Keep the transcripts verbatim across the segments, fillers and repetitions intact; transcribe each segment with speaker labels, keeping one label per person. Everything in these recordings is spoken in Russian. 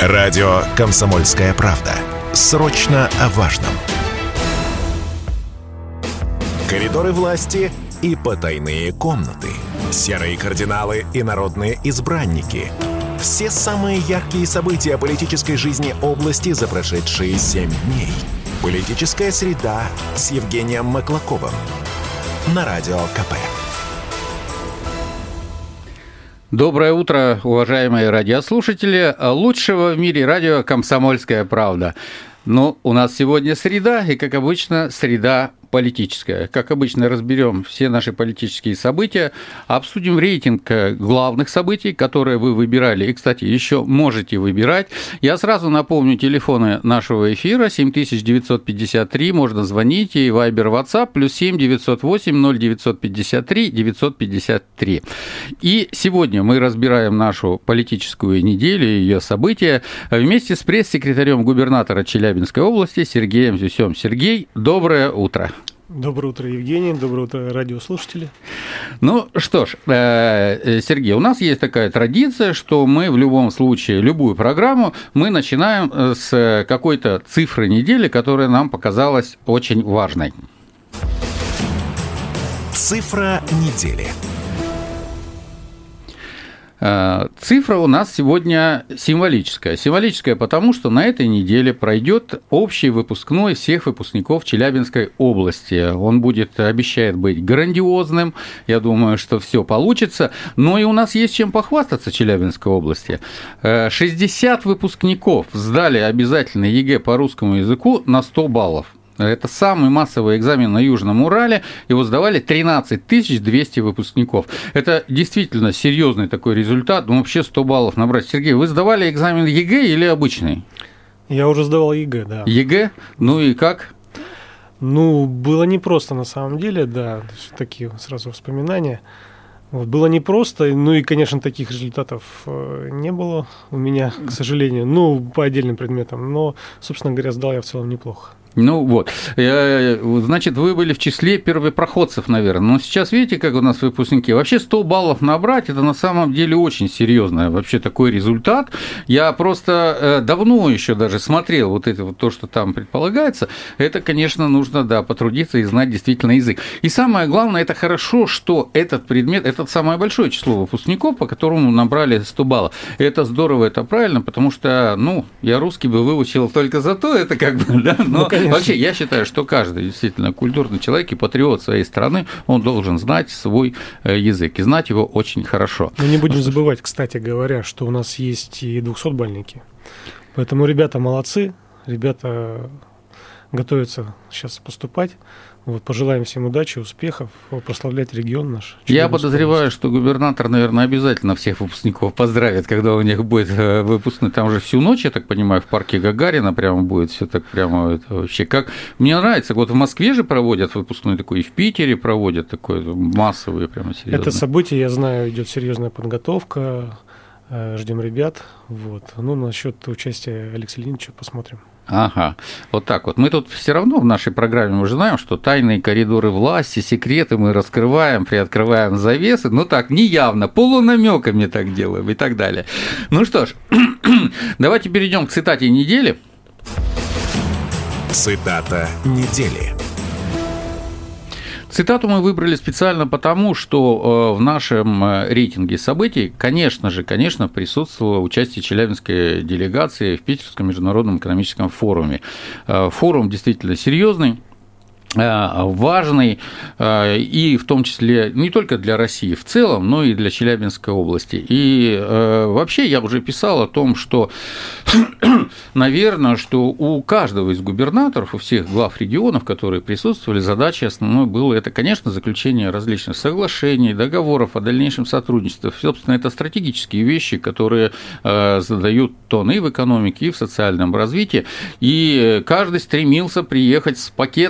Speaker 1: Радио «Комсомольская правда». Срочно о важном. Коридоры власти и потайные комнаты. Серые кардиналы и народные избранники. Все самые яркие события политической жизни области за прошедшие семь дней. Политическая среда с Евгением Маклаковым. На Радио КП.
Speaker 2: Доброе утро, уважаемые радиослушатели. Лучшего в мире радио «Комсомольская правда». Ну, у нас сегодня среда, и, как обычно, среда политическая. Как обычно, разберем все наши политические события, обсудим рейтинг главных событий, которые вы выбирали, и, кстати, еще можете выбирать. Я сразу напомню телефоны нашего эфира: семь тысяч девятьсот пятьдесят три, можно звонить, и Вайбер, WhatsApp, плюс семь девятьсот восемь ноль девятьсот пятьдесят три девятьсот пятьдесят три. И сегодня мы разбираем нашу политическую неделю, ее события, вместе с пресс-секретарем губернатора Челябинской области Сергеем Зюсем. Сергей, доброе утро.
Speaker 3: Доброе утро, Евгений. Доброе утро, радиослушатели.
Speaker 2: Ну что ж, Сергей, у нас есть такая традиция, что мы в любом случае, любую программу, мы начинаем с какой-то цифры недели, которая нам показалась очень важной.
Speaker 1: Цифра недели.
Speaker 2: Цифра у нас сегодня символическая. Символическая потому, что на этой неделе пройдет общий выпускной всех выпускников Челябинской области. Он будет, обещает быть грандиозным. Я думаю, что все получится. Но и у нас есть чем похвастаться Челябинской области. шестьдесят выпускников сдали обязательный ЕГЭ по русскому языку на сто баллов. Это самый массовый экзамен на Южном Урале, его сдавали тринадцать тысяч двести выпускников. Это действительно серьезный такой результат, ну вообще сто баллов набрать. Сергей, вы сдавали экзамен ЕГЭ или обычный?
Speaker 3: Я уже сдавал ЕГЭ, да.
Speaker 2: ЕГЭ? Ну и как?
Speaker 3: Ну, было непросто на самом деле, да, такие сразу воспоминания. Вот, было непросто, ну и, конечно, таких результатов не было у меня, к сожалению, ну, по отдельным предметам, но, собственно говоря, сдал я в целом неплохо.
Speaker 2: Ну вот, значит, вы были в числе первопроходцев, наверное, но сейчас видите, как у нас выпускники, вообще сто баллов набрать, это на самом деле очень серьезный вообще такой результат. Я просто давно еще даже смотрел вот это вот то, что там предполагается, это, конечно, нужно, да, потрудиться и знать действительно язык. И самое главное, это хорошо, что этот предмет, это самое большое число выпускников, по которому набрали сто баллов. Это здорово, это правильно, потому что, ну, я русский бы выучил только за то, это как бы, да, но... Ну, вообще, я считаю, что каждый действительно культурный человек и патриот своей страны, он должен знать свой язык, и знать его очень хорошо.
Speaker 3: Мы не будем забывать, кстати говоря, что у нас есть и двухсотбальники. Поэтому ребята молодцы, ребята готовятся сейчас поступать. Вот, пожелаем всем удачи, успехов, прославлять регион наш.
Speaker 2: Я подозреваю, что губернатор, наверное, обязательно всех выпускников поздравит, когда у них будет выпускной. Там же всю ночь, я так понимаю, в парке Гагарина прямо будет все так прямо это вообще как. Мне нравится, вот в Москве же проводят выпускной такой, и в Питере проводят такой массовый, прямо серьезный.
Speaker 3: Это событие, я знаю, идет серьезная подготовка, ждем ребят. Вот. Ну, насчет участия Алексея Леонидовича посмотрим.
Speaker 2: Ага, вот так вот. Мы тут все равно в нашей программе мы же знаем, что тайные коридоры власти, секреты мы раскрываем, приоткрываем завесы, ну так, неявно, полунамеками так делаем и так далее. Ну что ж, давайте перейдем к цитате недели.
Speaker 1: Цитата недели.
Speaker 2: Цитату мы выбрали специально потому, что в нашем рейтинге событий, конечно же, конечно, присутствовало участие челябинской делегации в Питерском международном экономическом форуме. Форум действительно серьезный, важный, и в том числе не только для России в целом, но и для Челябинской области. И вообще я уже писал о том, что, наверное, что у каждого из губернаторов, у всех глав регионов, которые присутствовали, задачей основной было это, конечно, заключение различных соглашений, договоров о дальнейшем сотрудничестве. Собственно, это стратегические вещи, которые задают тон и в экономике, и в социальном развитии. И каждый стремился приехать с пакетом оттуда,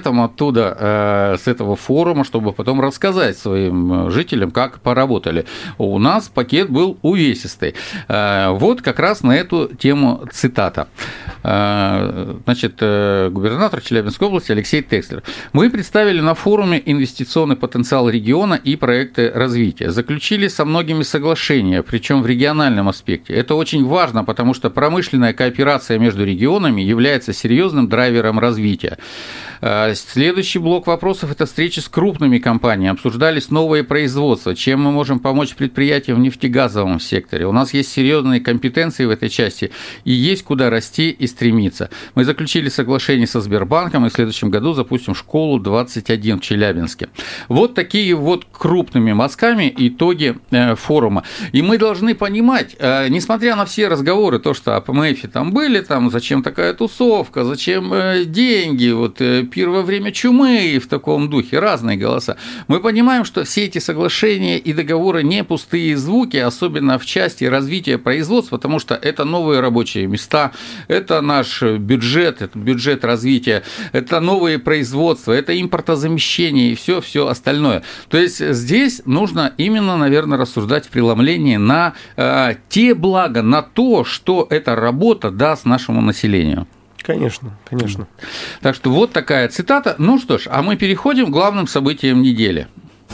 Speaker 2: оттуда, с этого форума, чтобы потом рассказать своим жителям, как поработали. У нас пакет был увесистый. Вот как раз на эту тему цитата. Значит, губернатор Челябинской области Алексей Текслер. Мы представили на форуме инвестиционный потенциал региона и проекты развития. Заключили со многими соглашения, причем в региональном аспекте. Это очень важно, потому что промышленная кооперация между регионами является серьезным драйвером развития. Следующий блок вопросов – это встречи с крупными компаниями. Обсуждались новые производства, чем мы можем помочь предприятиям в нефтегазовом секторе. У нас есть серьезные компетенции в этой части, и есть куда расти и стремиться. Мы заключили соглашение со Сбербанком, и в следующем году запустим школу двадцать один в Челябинске. Вот такие вот крупными мазками итоги форума. И мы должны понимать, несмотря на все разговоры, то, что о ПМФ там были, там, зачем такая тусовка, зачем деньги, вот пир во время чумы в таком духе, разные голоса. Мы понимаем, что все эти соглашения и договоры не пустые звуки, особенно в части развития производства, потому что это новые рабочие места, это наш бюджет, это бюджет развития, это новые производства, это импортозамещение и все-все остальное. То есть здесь нужно именно, наверное, рассуждать в преломлении на э, те блага, на то, что эта работа даст нашему населению.
Speaker 3: Конечно, конечно.
Speaker 2: Так что вот такая цитата. Ну что ж, а мы переходим к главным событиям недели.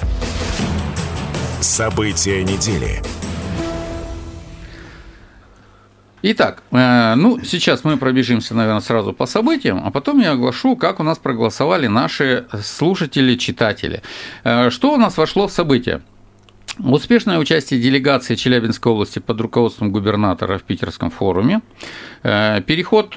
Speaker 1: События недели.
Speaker 2: Итак, ну, сейчас мы пробежимся, наверное, сразу по событиям, а потом я оглашу, как у нас проголосовали наши слушатели, читатели. Что у нас вошло в события? Успешное участие делегации Челябинской области под руководством губернатора в Питерском форуме, переход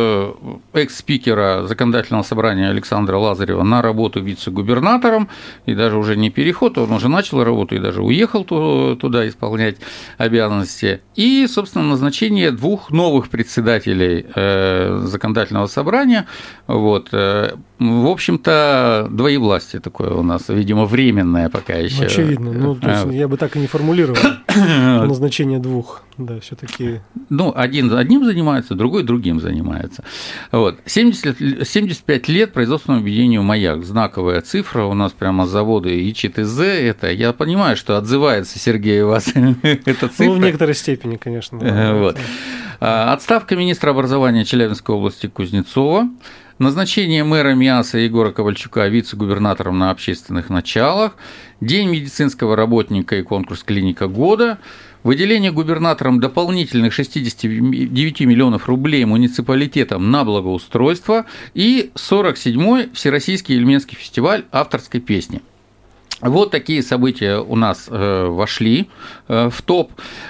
Speaker 2: экс-спикера Законодательного собрания Александра Лазарева на работу вице-губернатором, и даже уже не переход, он уже начал работу и даже уехал туда исполнять обязанности, и, собственно, назначение двух новых председателей Законодательного собрания. Вот. В общем-то, двоевластие такое у нас, видимо, временное пока еще.
Speaker 3: Очевидно, ну, то есть я бы так и не формулировал назначение двух, да, все-таки.
Speaker 2: Ну, один одним занимается, другой другим занимается. Вот. семьдесят, семьдесят пять лет производственному объединению «Маяк», знаковая цифра, у нас прямо заводы и ЧТЗ, это, я понимаю, что отзывается, Сергей, у вас эта цифра.
Speaker 3: Ну, в некоторой степени, конечно. Да,
Speaker 2: вот. Отставка министра образования Челябинской области Кузнецова, назначение мэра МИАСа Егора Ковальчука вице-губернатором на общественных началах, День медицинского работника и конкурс «Клиника года», выделение губернатором дополнительных шестьдесят девять миллионов рублей муниципалитетам на благоустройство и сорок седьмой Всероссийский Ельменский фестиваль авторской песни. Вот такие события у нас вошли в топ.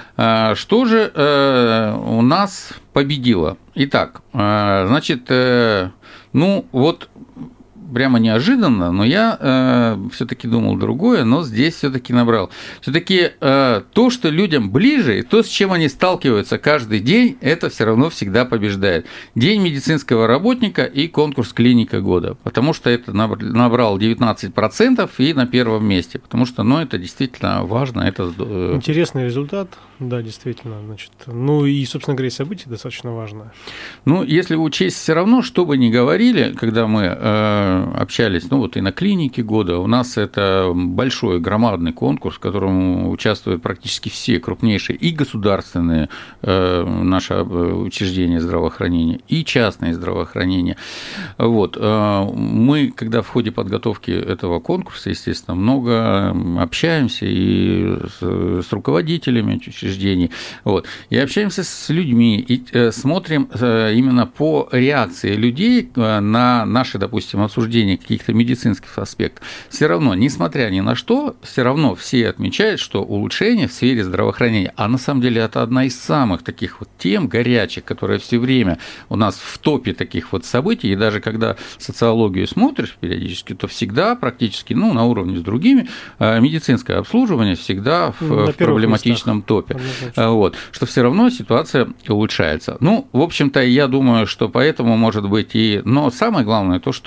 Speaker 2: Что же у нас победило? Итак, значит, ну вот прямо неожиданно, но я э, все-таки думал другое, но здесь все-таки набрал. Все-таки э, то, что людям ближе, то, с чем они сталкиваются каждый день, это все равно всегда побеждает. День медицинского работника и конкурс «Клиника года», потому что это набрал девятнадцать процентов и на первом месте, потому что, ну, это действительно важно. Это...
Speaker 3: Интересный результат, да, действительно. Значит, ну и, собственно говоря, событие достаточно важное.
Speaker 2: Ну, если учесть все равно, что бы ни говорили, когда мы э, общались, ну вот и на клинике года, у нас это большой громадный конкурс, в котором участвуют практически все крупнейшие и государственные э, наши учреждения здравоохранения, и частные здравоохранения. Вот. Мы, когда в ходе подготовки этого конкурса, естественно, много общаемся и с, с руководителями учреждений, вот, и общаемся с людьми, и смотрим именно по реакции людей на наши, допустим, обсуждения каких-то медицинских аспектов. Все равно, несмотря ни на что, все равно все отмечают, что улучшение в сфере здравоохранения, а на самом деле это одна из самых таких вот тем горячих, которая все время у нас в топе таких вот событий, и даже когда социологию смотришь периодически, то всегда практически, ну, на уровне с другими, медицинское обслуживание всегда в, в проблематичном местах. Топе. Вот, что все равно ситуация улучшается. Ну, в общем-то, я думаю, что поэтому может быть и... Но самое главное то, что это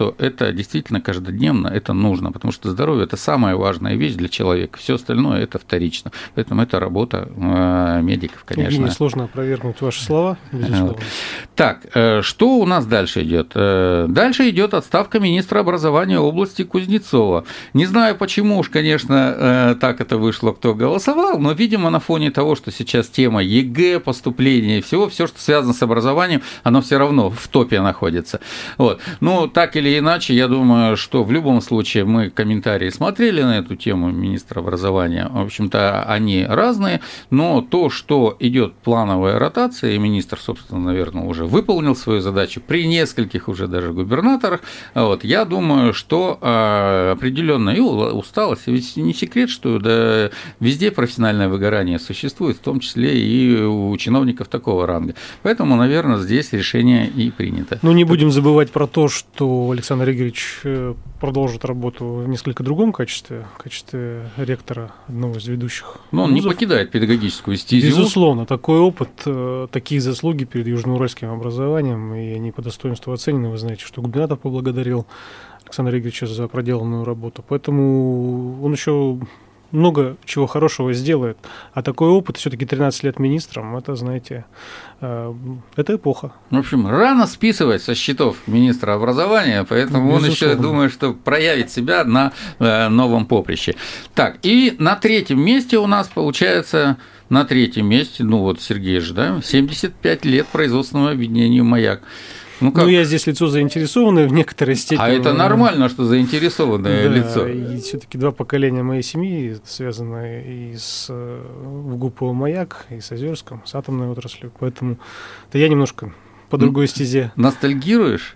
Speaker 2: это действительно каждодневно, это нужно, потому что здоровье – это самая важная вещь для человека, все остальное – это вторично. Поэтому это работа медиков, конечно.
Speaker 3: Евгений, сложно опровергнуть ваши слова, безусловно.
Speaker 2: Так, что у нас дальше идет? Дальше идет отставка министра образования области Кузнецова. Не знаю, почему уж, конечно, так это вышло, кто голосовал, но, видимо, на фоне того, что сейчас тема ЕГЭ, поступления и всего, все, что связано с образованием, оно все равно в топе находится. Вот. Ну, так или иначе, я думаю, что в любом случае мы комментарии смотрели на эту тему министра образования. В общем-то, они разные, но то, что идет плановая ротация, и министр, собственно, наверное, уже выполнил свою задачу при нескольких уже даже губернаторах, вот, я думаю, что определенная и усталость, ведь не секрет, что да, везде профессиональное выгорание существует, в том числе и у чиновников такого ранга. Поэтому, наверное, здесь решение и принято.
Speaker 3: Ну, не будем забывать про то, что Александр Игоревич продолжит работу в несколько другом качестве, в качестве ректора одного из ведущих.
Speaker 2: Но он вузов. Не покидает педагогическую стезю.
Speaker 3: Безусловно, такой опыт, такие заслуги перед южноуральским образованием, и они по достоинству оценены. Вы знаете, что губернатор поблагодарил Александра Игоревича за проделанную работу. Поэтому он еще много чего хорошего сделает. А такой опыт, все-таки тринадцать лет министром, это, знаете, это эпоха.
Speaker 2: В общем, рано списывать со счетов министра образования, поэтому безусловно. Он еще, думаю, что проявит себя на новом поприще. Так, и на третьем месте у нас получается, на третьем месте, ну вот Сергей же, да, семьдесят пять лет производственному объединению «Маяк».
Speaker 3: Ну, ну, я здесь лицо заинтересованное в некоторой степени.
Speaker 2: А это нормально, что заинтересованное
Speaker 3: да,
Speaker 2: лицо.
Speaker 3: И все-таки два поколения моей семьи связаны и с ГУПО «Маяк», и с Озерском, с атомной отраслью. Поэтому да я немножко по другой стезе.
Speaker 2: Ностальгируешь?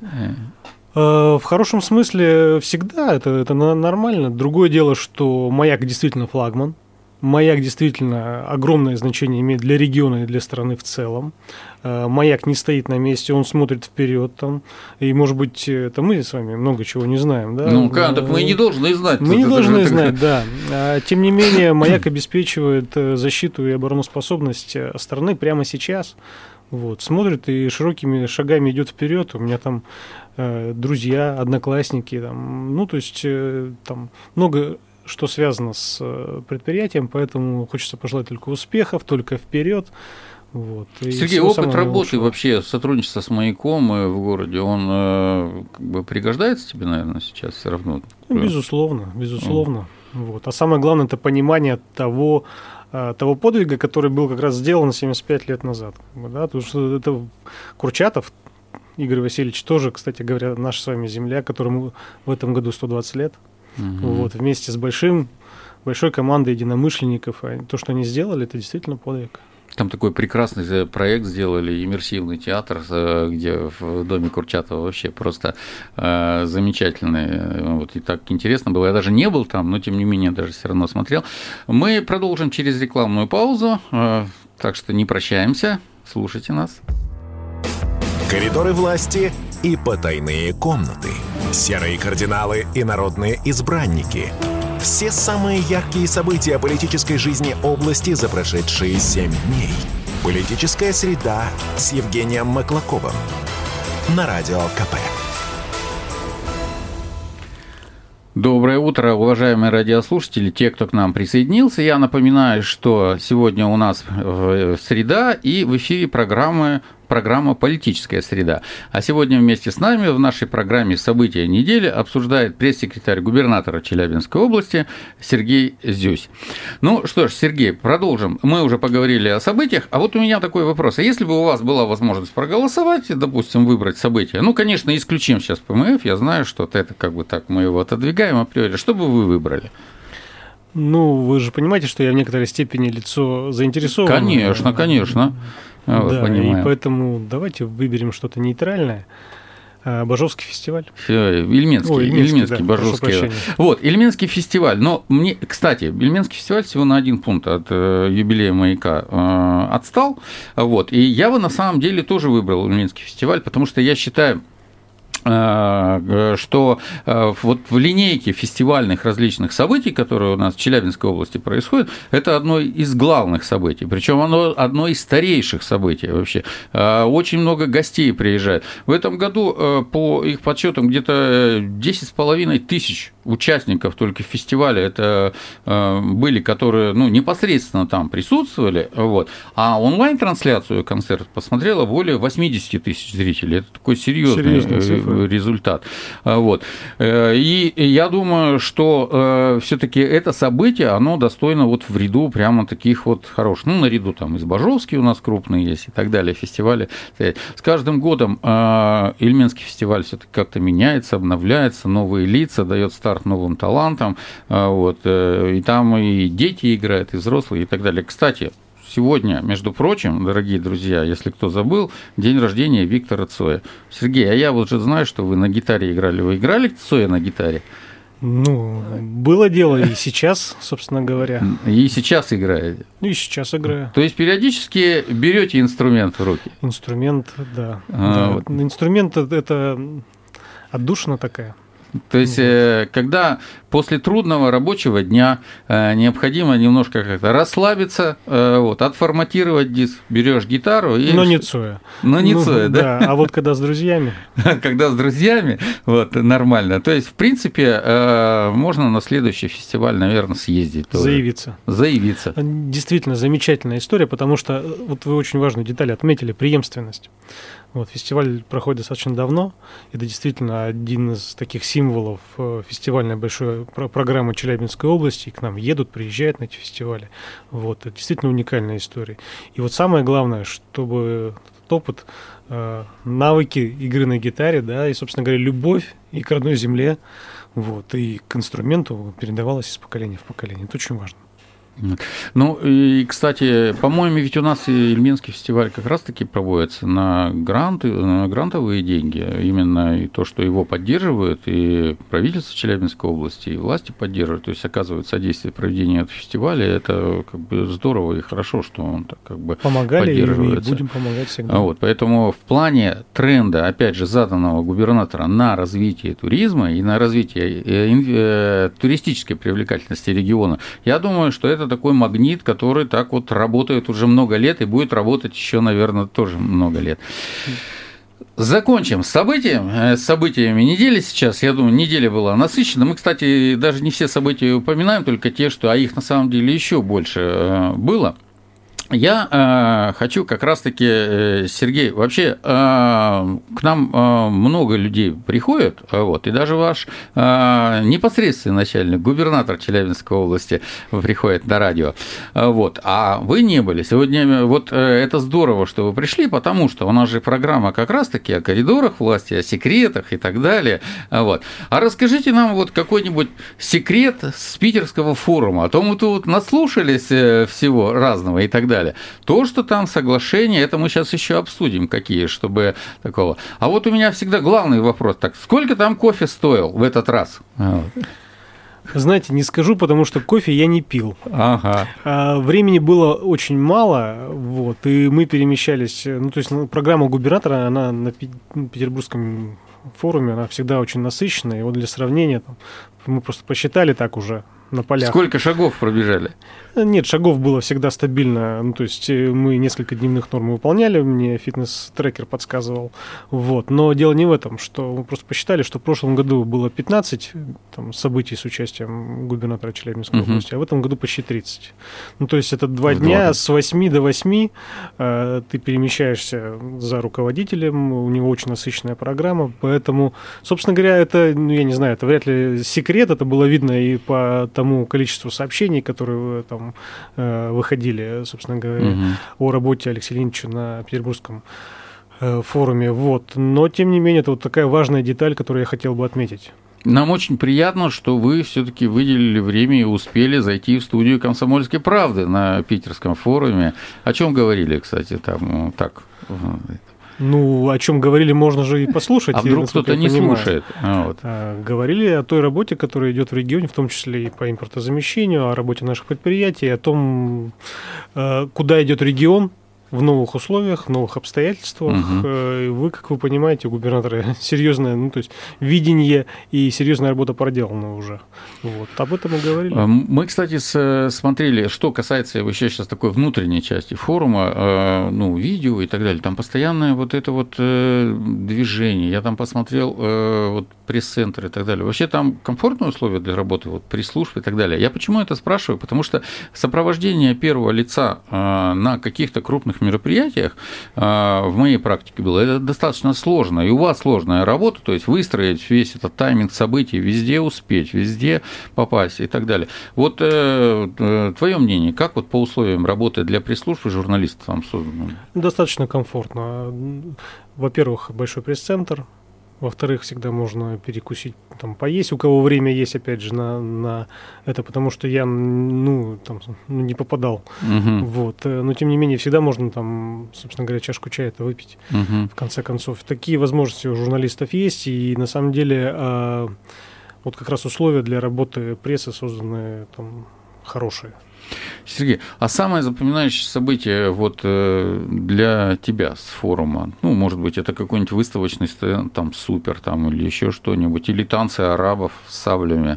Speaker 3: В хорошем смысле всегда, это, это нормально. Другое дело, что «Маяк» действительно флагман. «Маяк» действительно огромное значение имеет для региона и для страны в целом. «Маяк» не стоит на месте, он смотрит вперед там. И, может быть, это мы с вами много чего не знаем. Да?
Speaker 2: Ну, как, так мы не должны знать.
Speaker 3: Мы не должны знать, да. Тем не менее, «Маяк» обеспечивает защиту и обороноспособность страны прямо сейчас. Вот, смотрит и широкими шагами идет вперед. У меня там э, друзья, одноклассники, там, ну, то есть э, там много что связано с предприятием, поэтому хочется пожелать только успехов, только вперед. Вот.
Speaker 2: Сергей, опыт работы вообще, сотрудничество с «Маяком» в городе, он э, как бы пригождается тебе, наверное, сейчас все равно?
Speaker 3: Ну, безусловно, безусловно. Mm. Вот. А самое главное – это понимание того, того подвига, который был как раз сделан семьдесят пять лет назад. Да? Потому что это Курчатов, Игорь Васильевич, тоже, кстати говоря, наш с вами земляк, которому в этом году сто двадцать лет. Угу. Вот, вместе с большим, большой командой единомышленников. То, что они сделали, это действительно подвиг.
Speaker 2: Там такой прекрасный проект сделали, иммерсивный театр, где в доме Курчатова вообще просто э, замечательный. Вот, и так интересно было. Я даже не был там, но тем не менее даже все равно смотрел. Мы продолжим через рекламную паузу, э, так что не прощаемся, слушайте нас.
Speaker 1: Коридоры власти и потайные комнаты. Серые кардиналы и народные избранники. Все самые яркие события политической жизни области за прошедшие семь дней. Политическая среда с Евгением Маклаковым. На Радио КП.
Speaker 2: Доброе утро, уважаемые радиослушатели, те, кто к нам присоединился. Я напоминаю, что сегодня у нас среда, и в эфире программы программа «Политическая среда». А сегодня вместе с нами в нашей программе «События недели» обсуждает пресс-секретарь губернатора Челябинской области Сергей Зюсь. Ну что ж, Сергей, продолжим. Мы уже поговорили о событиях, а вот у меня такой вопрос. А если бы у вас была возможность проголосовать, допустим, выбрать события, ну, конечно, исключим сейчас ПМФ, я знаю, что это как бы так, мы его отодвигаем априори, что бы вы выбрали?
Speaker 3: Ну, вы же понимаете, что я в некоторой степени лицо заинтересованное.
Speaker 2: Конечно, конечно.
Speaker 3: Вот, да, понимаю. И поэтому давайте выберем что-то нейтральное. Бажовский фестиваль.
Speaker 2: Ильменский, Ой, Ильменский, Ильменский да, Бажовский. Вот, Ильменский фестиваль. Но мне, кстати, Ильменский фестиваль всего на один пункт от э, юбилея «Маяка» э, отстал. Вот, и я бы на самом деле тоже выбрал Ильменский фестиваль, потому что я считаю, что вот в линейке фестивальных различных событий, которые у нас в Челябинской области происходят, это одно из главных событий, причем оно одно из старейших событий вообще. Очень много гостей приезжает. В этом году, по их подсчетам, где-то десять с половиной тысяч участников только фестиваля это были, которые ну, непосредственно там присутствовали, вот. А онлайн-трансляцию концерта посмотрело более восемьдесят тысяч зрителей. Это такой серьезный результат. Вот. И я думаю, что все-таки это событие, оно достойно вот в ряду прямо таких вот хороших, ну, наряду там из Бажовский у нас крупный есть и так далее, фестивали. С каждым годом Ильменский фестиваль все-таки как-то меняется, обновляется, новые лица, дает старт новым талантам, вот, и там и дети играют, и взрослые, и так далее. Кстати, сегодня, между прочим, дорогие друзья, если кто забыл, день рождения Виктора Цоя. Сергей, а я вот же знаю, что вы на гитаре играли. Вы играли Цоя на гитаре?
Speaker 3: Ну, было дело и сейчас, собственно говоря.
Speaker 2: И сейчас играете?
Speaker 3: Ну, и сейчас играю.
Speaker 2: То есть периодически берете инструмент в руки? Инструмент,
Speaker 3: да. А, да. Вот. Инструмент – это отдушина такая.
Speaker 2: То есть, когда после трудного рабочего дня необходимо немножко как-то расслабиться, вот, отформатировать диск, берешь гитару и...
Speaker 3: Но не Цоя.
Speaker 2: Но не ну, Цоя, да?
Speaker 3: Да, а вот когда с друзьями...
Speaker 2: Когда с друзьями, вот, нормально. То есть, в принципе, можно на следующий фестиваль, наверное, съездить. Тоже.
Speaker 3: Заявиться.
Speaker 2: Заявиться.
Speaker 3: Действительно замечательная история, потому что, вот вы очень важную деталь отметили, преемственность. Вот, фестиваль проходит достаточно давно. Это действительно один из таких символов фестивальной большой программы Челябинской области. И к нам едут, приезжают на эти фестивали. Вот, это действительно уникальная история. И вот самое главное, чтобы этот опыт, навыки игры на гитаре, да, и, собственно говоря, любовь и к родной земле, вот, и к инструменту передавалась из поколения в поколение. Это очень важно.
Speaker 2: Ну, и, кстати, по-моему, ведь у нас и Ильменский фестиваль как раз-таки проводится на гранты, на грантовые деньги. Именно и то, что его поддерживают, и правительство Челябинской области, и власти поддерживают, то есть оказывают содействие проведению этого фестиваля. Это как бы здорово и хорошо, что он так как бы
Speaker 3: помогали,
Speaker 2: поддерживается.
Speaker 3: И будем помогать всегда.
Speaker 2: Вот, поэтому в плане тренда, опять же, заданного губернатора на развитие туризма и на развитие туристической привлекательности региона, я думаю, что это такой магнит, который так вот работает уже много лет и будет работать еще, наверное, тоже много лет. Закончим с событием, с событиями недели сейчас. Я думаю, неделя была насыщена. Мы, кстати, даже не все события упоминаем, только те, что, а их на самом деле еще больше было. Я э, хочу как раз-таки, э, Сергей, вообще э, к нам э, много людей приходят, вот, и даже ваш э, непосредственный начальник, губернатор Челябинской области приходит на радио, вот, а вы не были. Сегодня вот э, это здорово, что вы пришли, потому что у нас же программа как раз-таки о коридорах власти, о секретах и так далее, вот. А расскажите нам вот какой-нибудь секрет с питерского форума, а то мы тут наслушались всего разного и так далее. То, что там соглашения, это мы сейчас еще обсудим, какие, чтобы такого. А вот у меня всегда главный вопрос, так, сколько там кофе стоил в этот раз?
Speaker 3: Знаете, не скажу, потому что кофе я не пил.
Speaker 2: Ага.
Speaker 3: А, времени было очень мало, вот, и мы перемещались, ну, то есть программа губернатора, она на Петербургском форуме, она всегда очень насыщенная, и вот для сравнения, там, мы просто посчитали так уже на полях.
Speaker 2: Сколько шагов пробежали?
Speaker 3: Нет, шагов было всегда стабильно. Ну, то есть мы несколько дневных норм выполняли, мне фитнес-трекер подсказывал. Вот. Но дело не в этом, что мы просто посчитали, что в прошлом году было пятнадцать там, событий с участием губернатора Челябинской uh-huh. области, а в этом году почти тридцать. Ну, то есть это два Здорово. дня с восьми до восьми э, ты перемещаешься за руководителем, у него очень насыщенная программа, поэтому, собственно говоря, это, ну, я не знаю, это вряд ли секрет, это было видно и по тому количеству сообщений, которые там выходили, собственно говоря, угу. о работе Алексея Леонидовича на Петербургском форуме. Вот. Но, тем не менее, это вот такая важная деталь, которую я хотел бы отметить.
Speaker 2: Нам очень приятно, что вы все-таки выделили время и успели зайти в студию «Комсомольской правды» на питерском форуме. О чем говорили, кстати, там так...
Speaker 3: Ну, о чем говорили, можно же и послушать.
Speaker 2: А вдруг кто-то не понимаю. слушает? А, вот.
Speaker 3: а, говорили о той работе, которая идет в регионе, в том числе и по импортозамещению, о работе наших предприятий, о том, куда идет регион, в новых условиях, в новых обстоятельствах. Угу. Вы, как вы понимаете, у губернатора серьезное, ну, то есть видение и серьезная работа проделана уже. Вот. Об этом мы говорили.
Speaker 2: Мы, кстати, смотрели, что касается вообще сейчас такой внутренней части форума, ну, видео и так далее. Там постоянное вот это вот движение. Я там посмотрел вот пресс-центр и так далее. Вообще там комфортные условия для работы, вот пресс-служб и так далее. Я почему это спрашиваю? Потому что сопровождение первого лица на каких-то крупных мероприятиях в моей практике было это достаточно сложно. И у вас сложная работа, то есть выстроить весь этот тайминг событий, везде успеть, везде попасть и так далее. Вот э, твое мнение, как вот по условиям работы для пресс-служб и журналистов там создано?
Speaker 3: Достаточно комфортно. Во-первых, большой пресс-центр. Во-вторых, всегда можно перекусить, там, поесть, у кого время есть, опять же, на, на это, потому что я, ну, там, ну, не попадал. Uh-huh. Вот. Но, тем не менее, всегда можно, там, собственно говоря, чашку чая-то выпить, uh-huh. в конце концов. Такие возможности у журналистов есть, и, на самом деле, а, вот как раз условия для работы прессы созданы там хорошие.
Speaker 2: Сергей, а самое запоминающееся событие вот для тебя с форума, ну, может быть, это какой-нибудь выставочный стенд, там, супер, там, или еще что-нибудь, или танцы арабов с саблями?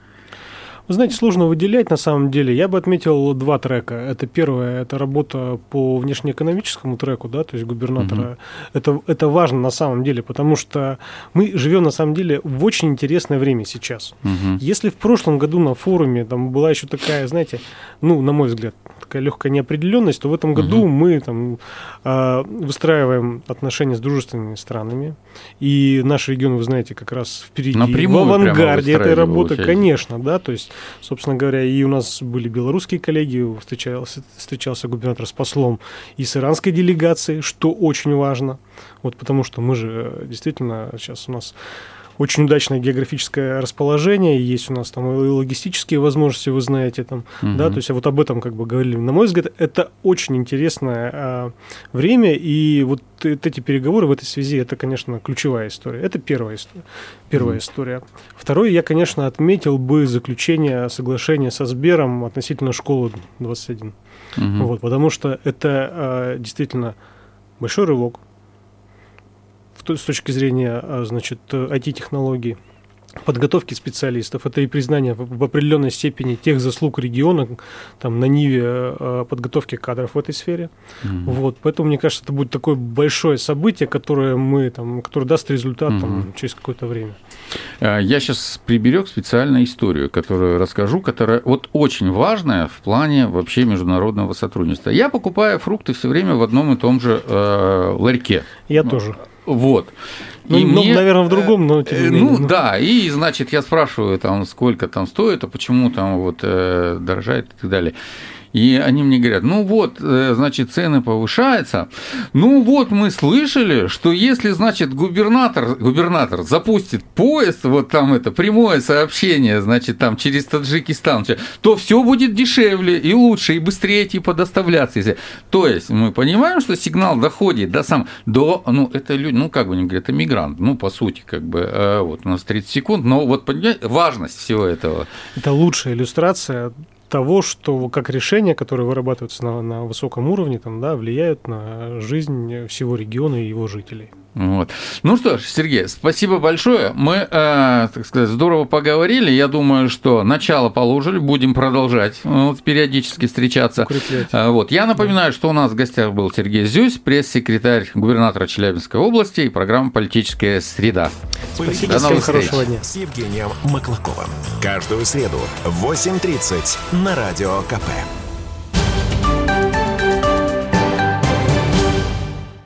Speaker 3: Вы знаете, сложно выделять на самом деле. Я бы отметил два трека. Это первое, это работа по внешнеэкономическому треку, да, то есть губернатора. Uh-huh. Это, это важно на самом деле, потому что мы живем на самом деле в очень интересное время сейчас. Uh-huh. Если в прошлом году на форуме там была еще такая, знаете, ну, на мой взгляд, такая легкая неопределенность, то в этом году uh-huh. мы там выстраиваем отношения с дружественными странами. И наш регион, вы знаете, как раз впереди, напрямую в авангарде этой работы, конечно, да, то есть, собственно говоря, и у нас были белорусские коллеги, встречался, встречался губернатор с послом и с иранской делегацией, что очень важно, вот потому что мы же действительно сейчас у нас очень удачное географическое расположение, есть у нас там и логистические возможности, вы знаете, там, uh-huh. да, то есть вот об этом как бы говорили. На мой взгляд, это очень интересное а, время, и вот эти переговоры в этой связи, это, конечно, ключевая история. Это первая история. Первая uh-huh. история. Второе, я, конечно, отметил бы заключение соглашения со Сбером относительно школы двадцать один. Uh-huh. Вот, потому что это а, действительно большой рывок с точки зрения, значит, ай ти-технологий, подготовки специалистов. Это и признание в определенной степени тех заслуг региона там, на ниве подготовки кадров в этой сфере. Mm-hmm. Вот, поэтому, мне кажется, это будет такое большое событие, которое, мы, там, которое даст результат mm-hmm. там, через какое-то время.
Speaker 2: Я сейчас приберег специальную историю, которую расскажу, которая вот очень важная в плане вообще международного сотрудничества. Я покупаю фрукты все время в одном и том же э, ларьке.
Speaker 3: Я ну, тоже.
Speaker 2: Вот.
Speaker 3: Ну, и ну мне, наверное, в другом, но тем не менее.
Speaker 2: Ну, да, и, значит, я спрашиваю, там, сколько там стоит, а почему там вот э, дорожает и так далее. И они мне говорят, ну вот, значит, цены повышаются. Ну вот, мы слышали, что если, значит, губернатор, губернатор запустит поезд, вот там это прямое сообщение, значит, там через Таджикистан, то все будет дешевле и лучше, и быстрее типа доставляться. То есть мы понимаем, что сигнал доходит до сам, до, ну, это люди, ну, как бы они говорят, это мигрант, ну, по сути, как бы, вот у нас тридцать секунд, но вот, понимаете, важность всего этого.
Speaker 3: Это лучшая иллюстрация того, что как решения, которые вырабатываются на, на высоком уровне, там, да, влияют на жизнь всего региона и его жителей.
Speaker 2: Вот. Ну что ж, Сергей, спасибо большое. Мы, э, так сказать, здорово поговорили. Я думаю, что начало положили, будем продолжать вот, периодически встречаться. Э, вот. Я напоминаю, что у нас в гостях был Сергей Зюсь, пресс-секретарь губернатора Челябинской области и программа «Политическая среда».
Speaker 3: Спасибо. До новых встреч. Хорошего дня.
Speaker 1: С Евгением Маклаковым. Каждую среду в восемь тридцать на Радио ка пэ.